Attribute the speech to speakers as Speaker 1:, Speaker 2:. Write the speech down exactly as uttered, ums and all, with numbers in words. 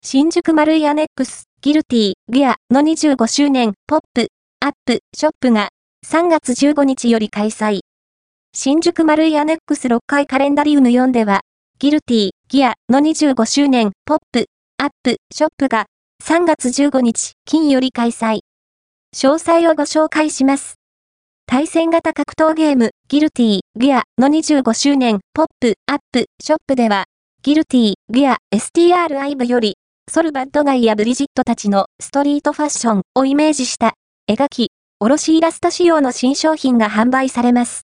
Speaker 1: 新宿マルイアネックス、ギルティ、ギアのにじゅうごしゅうねんポップアップショップがさんがつじゅうごにちより開催。新宿マルイアネックスろっかいカレンダリウムよんでは、ギルティ、ギアのにじゅうごしゅうねんポップアップショップがさんがつじゅうごにち金より開催。詳細をご紹介します。対戦型格闘ゲーム、ギルティ、ギアのにじゅうごしゅうねんポップアップショップでは、ギルティ、ギア エスティーアールアイブ より、ソルバッドガイやブリジットたちのストリートファッションをイメージした、描き、卸イラスト仕様の新商品が販売されます。